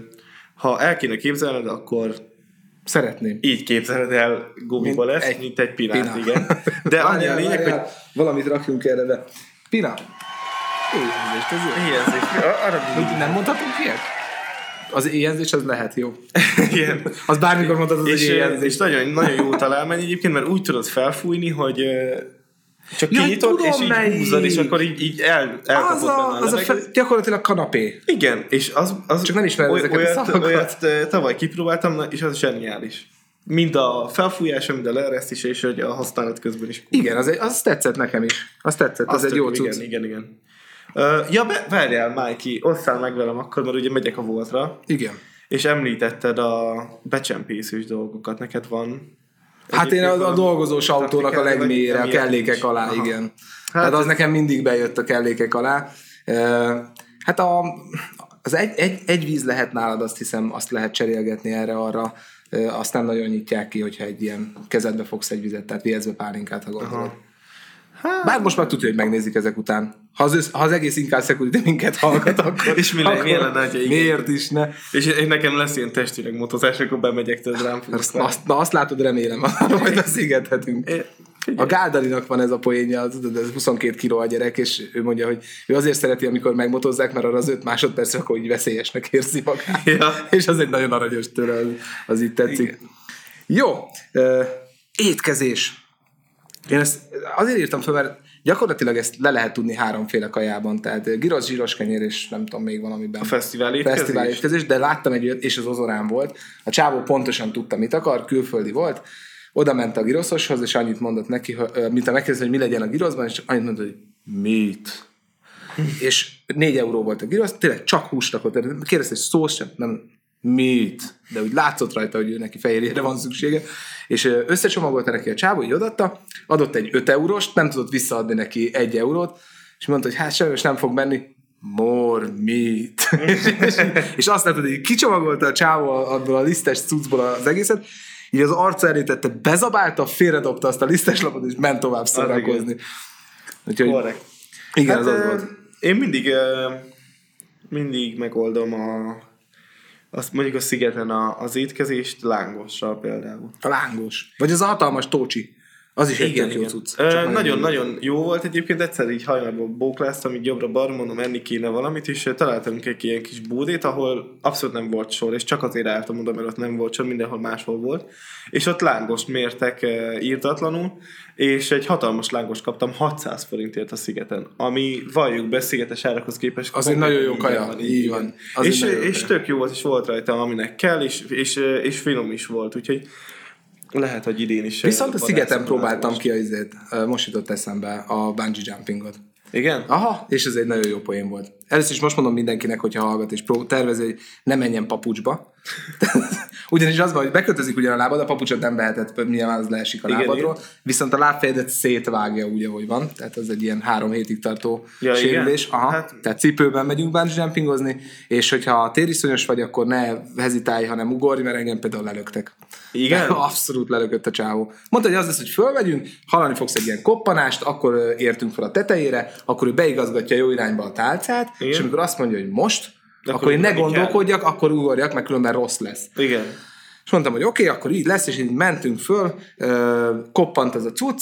ha el kéne képzelned, akkor szeretném. Így képzeled el, gumiba lesz, egy, mint egy pinát, pinát. Igen. De annyi a lényeg, hogy... Valamit rakjunk erre be. Pinát. Éjjelzést, ez jó. Éjjelzést. Nem mondhatunk ilyet? Az éjjelzés az lehet jó. Igen. Az bármikor mondhatod, hogy éjjelzés. És nagyon, nagyon jó találmány egyébként, mert úgy tudod felfújni, hogy csak ja, kinyitod, és így melyik. Húzod, és akkor így, így el, elkapod az a, benne. Az a fe, gyakorlatilag kanapé. Igen, és az... az csak nem ismerem ezeket olyat, a szavakat. Olyat tavaly kipróbáltam, és az zseniális. Mind a felfújása, mind a leeresztése, és a használat közben is. Igen, az, az tetszett nekem is. Az tetszett, az, az egy jó cucc. Igen, igen, igen. Uh, ja, be, várjál, Mikey, osszál meg velem akkor, mert ugye megyek a Voltra. Igen. És említetted a becsempészős dolgokat. Neked van... Hát én a, a dolgozós autónak a legmélyére, a kellékek alá, aha. Igen. Hát hát az nekem mindig bejött a kellékek alá. Uh, hát a, az egy, egy, egy víz lehet nálad, azt hiszem, azt lehet cserélgetni erre-arra. Uh, azt nem nagyon nyitják ki, hogyha egy ilyen kezedbe fogsz egy vizet, tehát vihetsz be pálinkát, ha gondolod. Hát. Bár most már tudja, hogy megnézik ezek után. Ha az, össz, ha az egész inkább Security minket hallgat, akkor... és mi le, miért lenne, hogy miért is ne? És én nekem lesz ilyen testileg motozás, akkor bemegyek tőle rám fogsz. Na, na azt látod, remélem, hogy beszélgethetünk. A Gáldalinak van ez a poénja, tudod, ez huszonkét kiló a gyerek, és ő mondja, hogy ő azért szereti, amikor megmotozzák, mert arra az öt másodpercre akkor így veszélyesnek érzi magát. Ja. És az egy nagyon aranyos tőle, az, az így tetszik. Igen. Jó, uh, étkezés. Én ezt azért írtam fel, mert gyakorlatilag ezt le lehet tudni háromféle kajában, tehát girosz, zsíros kenyér, és nem tudom még valamiben. A fesztivál étkezés? Fesztivál étkezés, de láttam egy olyat, és az Ozorán volt. A csávó pontosan tudta, mit akar, külföldi volt. Oda ment a giroszoshoz, és annyit mondott neki, mint a megkérdezte, hogy mi legyen a giroszban, és annyit mondott, hogy mit? És négy euró volt a girosz, tényleg csak húst rakott. Kérdezte, hogy szósz sem, nem, mit? De úgy látszott rajta, hogy ő neki fehérjére van szüksége. És összecsomagolta neki a csávó, így odaadta, adott egy öt euróst, nem tudott visszaadni neki egy eurót, és mondta, hogy hát sajnos nem fog menni. More meat. és, és, és azt látod, hogy kicsomagolta a csávó abból a lisztes cuccból az egészet, így az arca elé tette, bezabálta, félredobta azt a lisztes lapot, és ment tovább szórakozni. Úgyhogy, korrekt. igen, Hát, az az volt. Én mindig, mindig megoldom a, azt mondjuk a szigeten a, az étkezést lángossal például. A lángos. Vagy az a hatalmas tócsi. Az is egy jó cucc. Nagyon-nagyon jó volt egyébként, egyszer így hajnalban bókláztam, így jobbra-balra, mondom, enni kéne valamit, és találtunk egy ilyen kis búdét, ahol abszolút nem volt sor, és csak azért álltam oda, mert ott nem volt sor, mindenhol máshol volt. És ott lángost mértek e, írtatlanul, és egy hatalmas lángost kaptam hatszáz forintért a szigeten, ami valljuk be szigetes árakhoz képest. Azért nagyon jó kaja, van, így van. És, és tök jó volt, és volt rajta, aminek kell, és, és, és finom is volt, úgyhogy lehet, hogy idén is. Viszont a szigeten próbáltam ki azért, most jutott eszembe a bungee jumpingot. Igen? Aha, és ez egy nagyon jó poén volt. Először is most mondom mindenkinek, hogyha hallgat és prób- tervezi, hogy ne menjen papucsba. Ugyanis az van, hogy bekötözik ugyan a lábad, a papucsot nem vehetett, nyilván az leesik a lábadról, igen, viszont a lábfejedet szétvágja úgy, ahogy van. Tehát ez egy ilyen három hétig tartó ja, sérülés. Aha, hát... Tehát cipőben megyünk bungee jumpingozni, és hogyha tériszonyos vagy, akkor ne hezitálj, hanem ugorj, mert engem például lelöktek. Igen? Abszolút lelökött a csávó. Mondta, hogy az lesz, hogy fölmegyünk, hallani fogsz egy ilyen koppanást, akkor értünk fel a tetejére, akkor ő beigazgatja jó irányba a tálcát, igen, és amikor azt mondja, hogy most, akkor, akkor én ne gondolkodjak, kell, akkor ugorjak, mert különben rossz lesz. Igen. És mondtam, hogy oké, okay, akkor így lesz, és így mentünk föl, koppant az a cucc,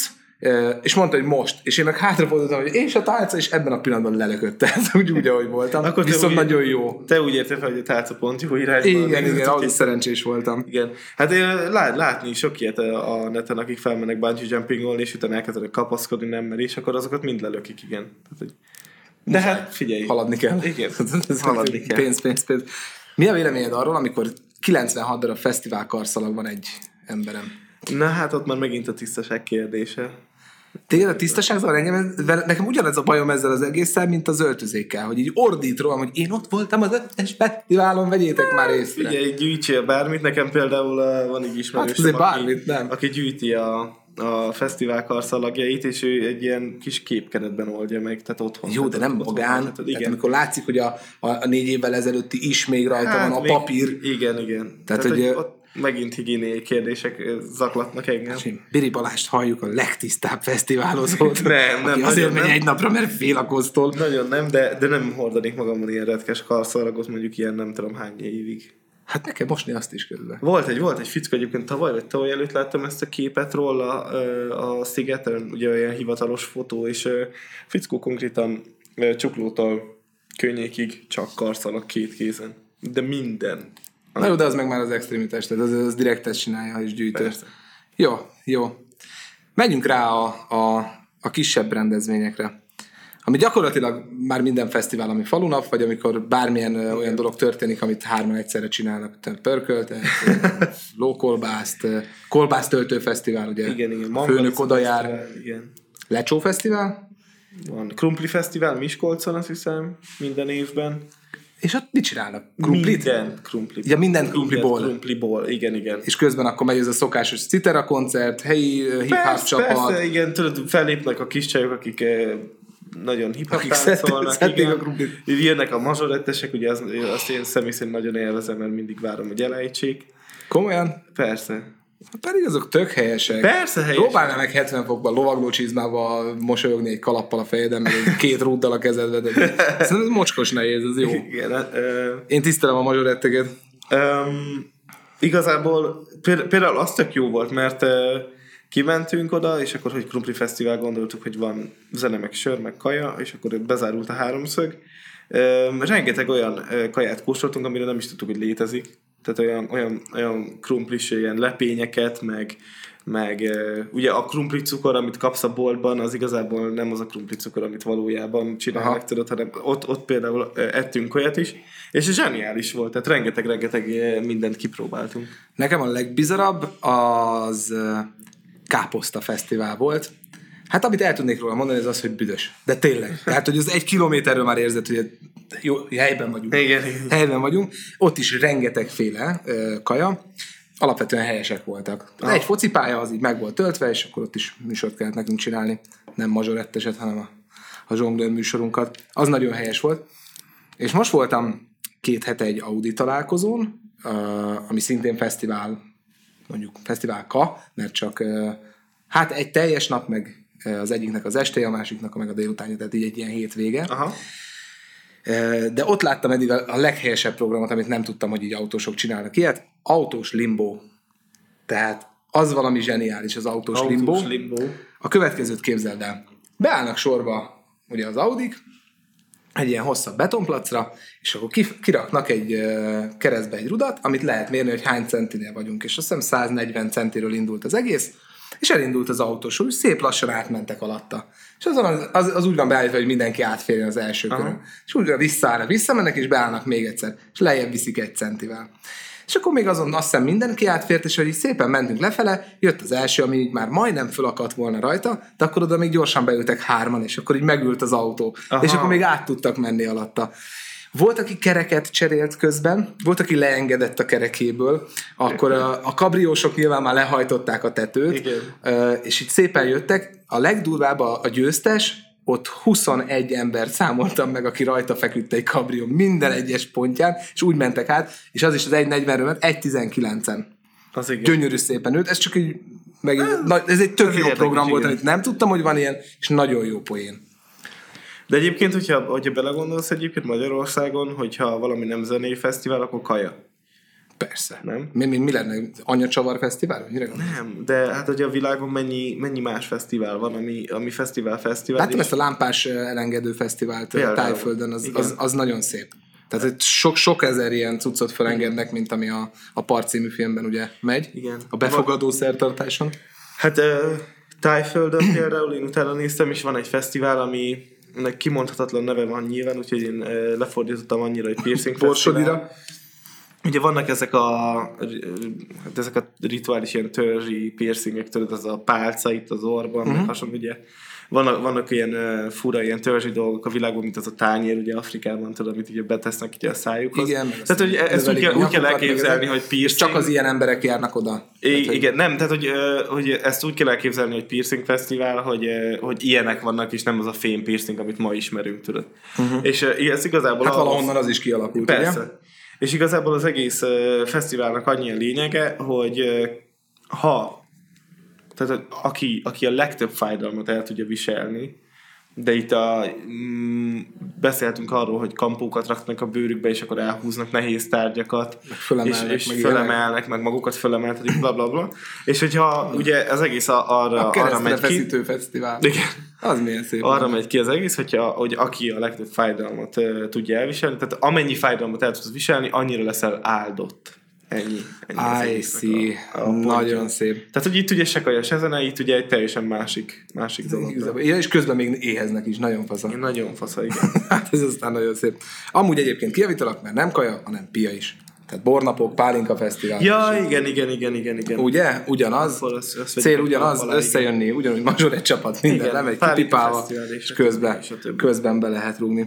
és mondta, hogy most. És én meg hátrafordultam, hogy és a tálca, és ebben a pillanatban lelökött. úgy, úgy, ahogy voltam. Akkor viszont nagyon úgy, jó. Te úgy érted, hogy a tálca pont jó irányban. Igen, igen, ahhoz szerencsés voltam. Igen. Hát én lát, látni sok ilyet a neten, akik felmennek bungee jumpingolni, és utána elkezdenek kapaszkodni, nem mer, és akkor azokat mind lelökik, igen. Tehát, hogy... De hát figyelj. Haladni kell. Igen, haladni kell. Pénz, pénz, pénz. Mi a véleményed arról, amikor kilencvenhat darab fesztivál karszalag van egy emberem? Na hát ott már megint a tisztaság kérdése. Téged a tisztaság zavar engem, nekem ugyanez a bajom ezzel az egésszel, mint az öltözékkel, hogy így ordít rólam, hogy én ott voltam az összes fesztiválon, vegyétek már észre. Figyelj, gyűjtsél bármit, nekem például van egy ismerősöm, hát bármit, nem. aki gyűjti a, a fesztivál karszalagjait, és ő egy ilyen kis képkeretben oldja meg, tehát otthon. Jó, de nem magán, tehát, tehát amikor látszik, hogy a, a négy évvel ezelőtti is még rajta hát van a még, papír. Igen, igen. Tehát, tehát hogy, hogy ott megint higiéniai kérdések zaklatnak engem. Biri Balást halljuk, a legtisztább fesztiválozót. nem, nem. Azért megy nem. egy napra, mert fél a kosztól. Nagyon nem, de, de nem hordanék magamon ilyen retkes karszalagot, mondjuk ilyen nem tudom hány évig. Hát nekem mosni azt is közben. Volt egy, volt egy fickó egyébként tavaly, vagy tavaly előtt láttam ezt a képet róla a szigeten, ugye olyan hivatalos fotó, és fickó konkrétan csuklótól könnyékig csak karszalag két kézen. De minden. Na jó, de az meg már az extremitás, tehát az, az direkt ezt csinálja, és gyűjtő. Jó, jó. Menjünk rá a, a, a kisebb rendezvényekre. Ami gyakorlatilag már minden fesztivál, ami falunap, vagy amikor bármilyen igen, olyan dolog történik, amit hárman egyszerre csinálnak, pörköltet, lókolbászt, kolbásztöltő fesztivál, ugye igen, igen. A főnök oda jár. Fesztivál, igen. Lecsó fesztivál? Van Krumpli fesztivál Miskolcon, azt hiszem, minden évben. És ott mit csinálnak? Krumplit? Minden krumpli. Ja, minden krumpliból. Minden krumpliból, igen, igen. És közben akkor megy ez a szokásos citera koncert, helyi hip-hop csapat. Persze, igen, tudod, fellépnek a kis csajok, akik nagyon hip-hop táncolnak, igen. Jönnek a mazsorettesek, ugye az, azt én személy szerint nagyon élvezem, mert mindig várom, hogy elejtsék. Komolyan? Persze. Pedig azok tök helyesek. Persze helyesek. Próbálná meg hetven fokban lovagló csizmával mosolyogni egy kalappal a fejeden, meg két rúddal a kezedbe. De szerintem ez mocskos nehéz, ez jó. Igen, uh, Én tisztelem a mazsoretteket. Um, igazából például az tök jó volt, mert uh, kimentünk oda, és akkor, hogy Krumpli Fesztivál, gondoltuk, hogy van zene, meg sör, meg kaja, és akkor bezárult a háromszög. Um, rengeteg olyan uh, kaját kóstoltunk, amire nem is tudtuk, hogy létezik. Tehát olyan, olyan, olyan krumplis, ilyen lepényeket, meg, meg uh, ugye a krumpli cukor, amit kapsz a boltban, az igazából nem az a krumpli cukor, amit valójában csinálnak, tudod, hanem ott, ott például uh, ettünk olyat is, és zseniális volt, tehát rengeteg-rengeteg uh, mindent kipróbáltunk. Nekem a legbizarabb az uh, Káposzta Fesztivál volt. Hát amit el tudnék róla mondani, az az, hogy büdös. De tényleg. Tehát, hogy az egy kilométerről már érzed, hogy jó, helyben vagyunk. Igen, igen. Helyben vagyunk. Ott is rengetegféle uh, kaja. Alapvetően helyesek voltak. Ah. Egy focipálya az így meg volt töltve, és akkor ott is műsort kellett nekünk csinálni. Nem mazsoretteset, hanem a, a zsonglőr műsorunkat. Az nagyon helyes volt. És most voltam két hete egy Audi találkozón, uh, ami szintén fesztivál mondjuk fesztiválka, mert csak hát egy teljes nap, meg az egyiknek az este, a másiknak meg a délutánja, tehát így egy ilyen hétvége. Aha. De ott láttam eddig a leghelyesebb programot, amit nem tudtam, hogy így autósok csinálnak ilyet. Autós limbo. Tehát az valami zseniális, az autós, Autós limbo. limbo. A következőt képzeld el. Beállnak sorba ugye az Audik, egy ilyen hosszabb betonplacra, és akkor kiraknak egy keresztbe egy rudat, amit lehet mérni, hogy hány centinél vagyunk. És azt hiszem száznegyven centiről indult az egész, és elindult az autós, úgy szép lassan átmentek alatta. És az, az, az úgy van beállítva, hogy mindenki átférjen az első Aha. körön. És úgy visszaállnak, visszamennek, és beállnak még egyszer, és lejjebb viszik egy centivel. És akkor még azon azt hiszem mindenki átfért, és hogy így szépen mentünk lefele, jött az első, ami így már majdnem fölakadt volna rajta, de akkor oda még gyorsan beültek hárman, és akkor így megült az autó. Aha. És akkor még át tudtak menni alatta. Volt, aki kereket cserélt közben, volt, aki leengedett a kerekéből, akkor a, a kabriósok nyilván már lehajtották a tetőt, igen. És így szépen jöttek. A legdurvább a, a győztes, ott huszonegy embert számoltam meg, aki rajta feküdt egy kabrió minden egyes pontján, és úgy mentek át, és az is az egy negyvenről ment, egy tizenkilencen. Az igen. Gyönyörű szépen ült, ez csak így, meg, ez egy tök ez jó program volt, amit nem tudtam, hogy van ilyen, és nagyon jó poén. De egyébként, hogyha, hogyha belegondolsz egyébként Magyarországon, hogyha valami nem zenei fesztivál, akkor kaja. Persze. Nem? Mi, mi, mi lenne? Anyacsavar fesztivál? Nem, de hát ugye a világon mennyi, mennyi más fesztivál van, ami, ami fesztivál fesztivál. Láttam ezt a lámpás elengedő fesztivált Tájföldön, az, az, az nagyon szép. Tehát sok, sok ezer ilyen cuccot felengednek, mint ami a, a Part című filmben ugye megy. Igen. A befogadó szertartáson. Hát uh, Tájföldön például én utána néztem, és van egy fesztivál, ami kimondhatatlan neve van nyilván, úgyhogy én uh, lefordítottam annyira, hogy piercing fesztivál. Ugye vannak ezek a, hát ezek a rituális ilyen törzsi piercingek, tudod, az a pálca itt az orban, uh-huh. hasonló, ugye. Vannak, vannak ilyen uh, fura, ilyen törzsi dolgok a világban, mint az a tányér, ugye Afrikában, tudod, amit ugye betesznek ugye a szájukhoz. Igen. Tehát, hogy ezt úgy kell, úgy kell elképzelni, hogy piercing... Csak az ilyen emberek járnak oda. I- tehát, igen, hogy... nem, tehát, hogy, hogy ezt úgy kell elképzelni, hogy piercing fesztivál, hogy, hogy ilyenek vannak, és nem az a fém piercing, amit ma ismerünk, tudod. Uh-huh. És ez igazából... Hát valahonnan az is kialakult, persze. Ugye? És igazából az egész uh, fesztiválnak annyi a lényege, hogy uh, ha, tehát aki, aki a legtöbb fájdalmat el tudja viselni, de itt a, mm, beszéltünk arról, hogy kampókat raknak a bőrükbe, és akkor elhúznak nehéz tárgyakat, fölemelnek, és, és meg fölemelnek, meg magukat fölemeltetik, bla bla bla. És hogyha ugye az egész arra, a arra megy ki... feszítő fesztivál. Igen. Az milyen szép. Arra megy ki az egész, hogyha, hogy aki a legtöbb fájdalmat uh, tudja elviselni, tehát amennyi fájdalmat el tudsz viselni, annyira leszel áldott. Ennyi. ennyi I see. A, a nagyon szép. Tehát, hogy itt ugye se kaja, se zene, itt ugye egy teljesen másik, másik dolog. Ja, és közben még éheznek is, nagyon fasza. Nagyon fasza, igen. Hát ez aztán nagyon szép. Amúgy egyébként kijavítalak, mert nem kaja, hanem pia is. Tehát bornapok, pálinka fesztivál. Ja, igen, igen, igen, igen, igen. Ugye? Ugyanaz. Az, az cél ugyanaz, alá, összejönni, igen. Ugyanúgy mazsor egy csapat, minden lemegy kipipálva, és közben, közben be lehet rúgni.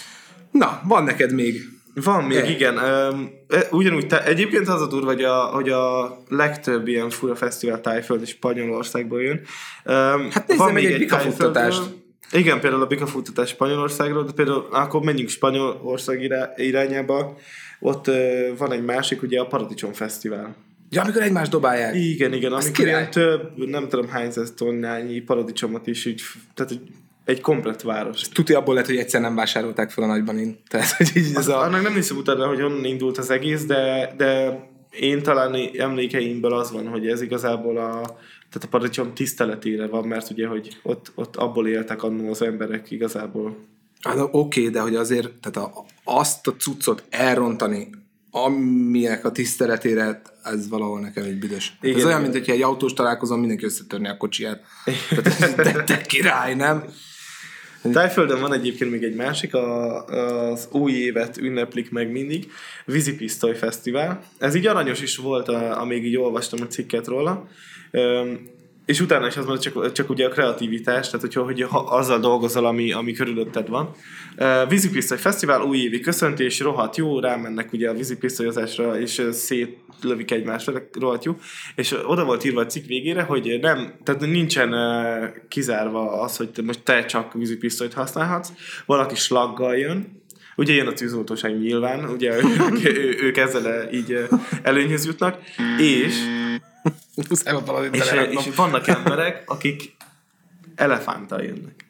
Na, van neked még... Van még, e. igen. Um, ugyanúgy, te, egyébként az a durva, hogy a, hogy a legtöbb ilyen fura fesztivál Tájföld és Spanyolországból jön. Um, hát nézzem meg egy, egy bikafuttatást. Igen, például a bikafuttatás Spanyolországról, de például akkor menjünk Spanyolország irányába. Ott uh, van egy másik, ugye a Paradicsom Fesztivál. Ja, amikor egymást dobálják. Igen, igen, amikor ilyen több, nem tudom hány száz tonnányi paradicsomot is így, tehát egy komplett város. Tudja, abból lehet, hogy egyszer nem vásárolták fel a nagyban. Tehát, hogy így ez a... Annak nem hiszem utána, hogy honnan indult az egész, de, de én talán emlékeimből az van, hogy ez igazából a, tehát a paradicsom tiszteletére van, mert ugye, hogy ott, ott abból éltek annól az emberek igazából. Hát, oké, okay, de hogy azért tehát a, azt a cuccot elrontani, aminek a tiszteletére, ez valahol nekem egy büdös. Igen, ez olyan, mint hogyha egy autós találkozom, mindenki összetörni a kocsiját. Tehát, de te király, nem? Tájföldön van egyébként még egy másik, a, az új évet ünneplik meg mindig, Vízipisztoly Fesztivál. Ez így aranyos is volt, a, amíg így olvastam a cikket róla. Üm, és utána is az mondja, csak, csak ugye a kreativitás, tehát hogyha, hogy ha azzal dolgozol, ami, ami körülötted van. Uh, Vízipisztoly Fesztivál, újévi köszöntés, rohadt jó, rámennek ugye a vízipisztolyozásra, és szétlövik egymást, rohadt jó. És oda volt írva a cikk végére, hogy nem, tehát nincsen uh, kizárva az, hogy te most te csak vízipisztolyt használhatsz, valaki slaggal jön, ugye jön a tűzoltóság nyilván, ugye ők, ők ezzel így előnyhöz jutnak, és Muszáj volt valamit És, beleraknom. és vannak emberek, akik elefánttal jönnek.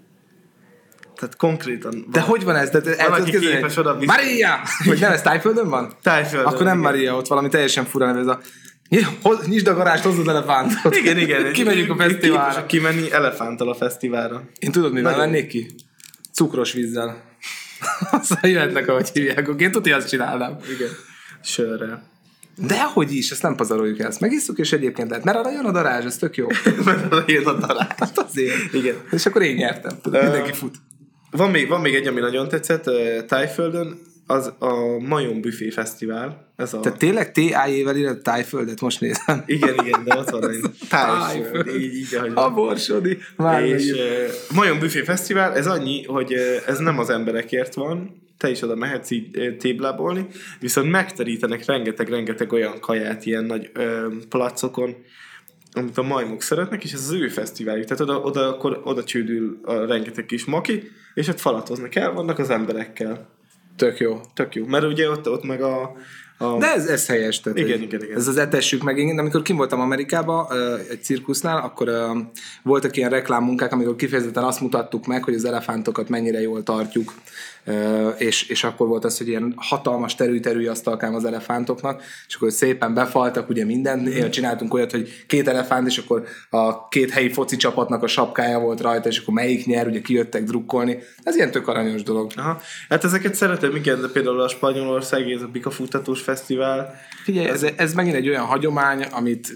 Tehát konkrétan... De hogy van ez? De el Van, tudod aki képzelni? képes oda vissza- Maria! Vagy nem, ez Tájföldön van? Tájföldön, Akkor nem igen. Maria, ott valami teljesen fura neve, ez a nyisd a garást, hozd az elefántot. Igen, igen. Kimegyünk a fesztiválra. Képesek kimenni elefánttal a fesztiválra. Én tudod, mivel Nagyon. mennék ki? Cukros vízzel. Aztán jöhetnek, ahogy hívják. Akkor én tudja, azt csinálnám. Igen. Sörrel. Dehogy is, ezt nem pazaroljuk el. Ezt megisszuk, és egyébként lehet. Mert arra jön a darázs, ez tök jó. Mert jön a darázs. Hát azért. Igen. És akkor én nyertem. Tudod, Ö, mindenki fut. Van még, van még egy, ami nagyon tetszett, uh, Tájföldön, az a Majom Buffé Fesztivál. Ez a... Tehát tényleg té á jé-vel írod Tájföldet, most nézem. Igen, igen, de ott van egy Tájföld. Így, így, ahogy A van. borsodi. Már És megint. uh, Majom Buffé Fesztivál, ez annyi, hogy uh, ez nem az emberekért van, te is oda mehetsz így uh, téblábolni, viszont megterítenek rengeteg-rengeteg olyan kaját ilyen nagy uh, placokon, amit a majmok szeretnek, és ez az ő fesztiváljuk. Tehát oda, oda, akkor, oda csődül a rengeteg kis maki, és ott falatoznak el, vannak az emberekkel. Tök jó. Tök jó, mert ugye ott, ott meg a... a... De ez, ez helyes. Tehát Igen, egy- igen, igen. Ez az etessük meg. Én, amikor kim voltam Amerikában ö, egy cirkusznál, akkor ö, voltak ilyen reklámmunkák, amikor kifejezetten azt mutattuk meg, hogy az elefántokat mennyire jól tartjuk, ö, és, és akkor volt az, hogy ilyen hatalmas terű-terű asztalkám az elefántoknak, és akkor szépen befaltak ugye mindent. Én csináltunk olyat, hogy két elefánt, és akkor a két helyi foci csapatnak a sapkája volt rajta, és akkor melyik nyer, ugye kijöttek drukkolni. Ez ilyen tök aranyos dolog. Aha. Hát ezeket szeretem, igen, de például a Spanyolország, ez a bikafutatós fesztivál. Figyelj, ez, ez megint egy olyan hagyomány, amit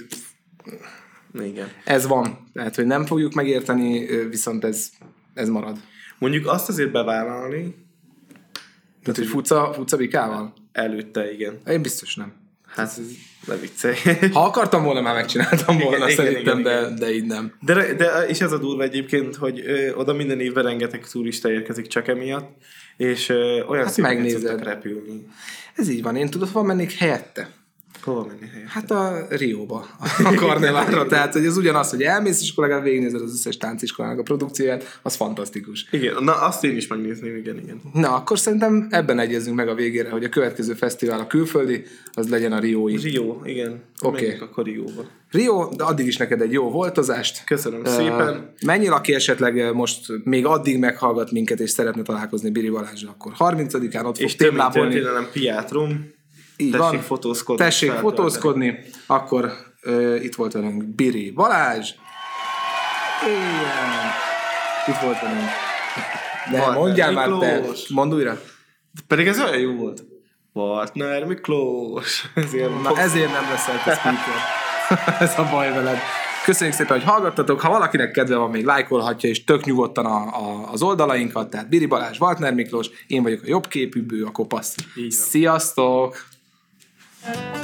Igen. ez van. Tehát, hogy nem fogjuk megérteni, viszont ez, ez marad. Mondjuk azt azért bevállalni, Tehát, hogy futsz a, futsz a bikával? előtte, igen. Én biztos nem. Hát ne viccelj. Ha akartam volna, már megcsináltam volna, Igen, szerintem, igen, de, igen. de így nem. De, de és ez a durva egyébként, hogy ö, oda minden évben rengeteg turista érkezik csak emiatt, és ö, olyan Hát szíveket megnézed. szoktak repülni. Ez így van. Én tudod, hova mennék helyette? Hova menni helyet? Hát a Rióba, a karneválra. Tehát, hogy az ugyanaz, hogy elmész, és akkor legalább végignézed az összes tánciskolának a produkcióját, az fantasztikus. Igen, na azt én is megnézném, igen, igen. Na, akkor szerintem ebben egyezünk meg a végére, hogy a következő fesztivál a külföldi, az legyen a Riói. Rio, igen. Oké. Menjünk akkor Rióba. Rio, de addig is neked egy jó voltozást. Köszönöm Ö, szépen. Menjél, aki esetleg most még addig meghallgat minket, és szeretne találkozni Biri Balázsra, akkor harmincadikán ott fog És több mint témlábolni. történelem Piátrum. Így Tessék van. fotózkodni. Tessék feltölteni. fotózkodni. Akkor ö, itt volt velünk Biri Balázs. Igen. Itt volt velünk. De Walter mondjál már te. Miklós. Mondd újra. Pedig ez olyan jó volt. Partner Miklós. Ezért Na ezért nem leszel te speaker. Ez a baj veled. Köszönjük szépen, hogy hallgattatok. Ha valakinek kedve van, még lájkolhatja, és tök nyugodtan a, a, az oldalainkat. Tehát Biri Balázs, Walter Miklós, én vagyok a jobbképű bő, a kopasz. Így van. Sziasztok!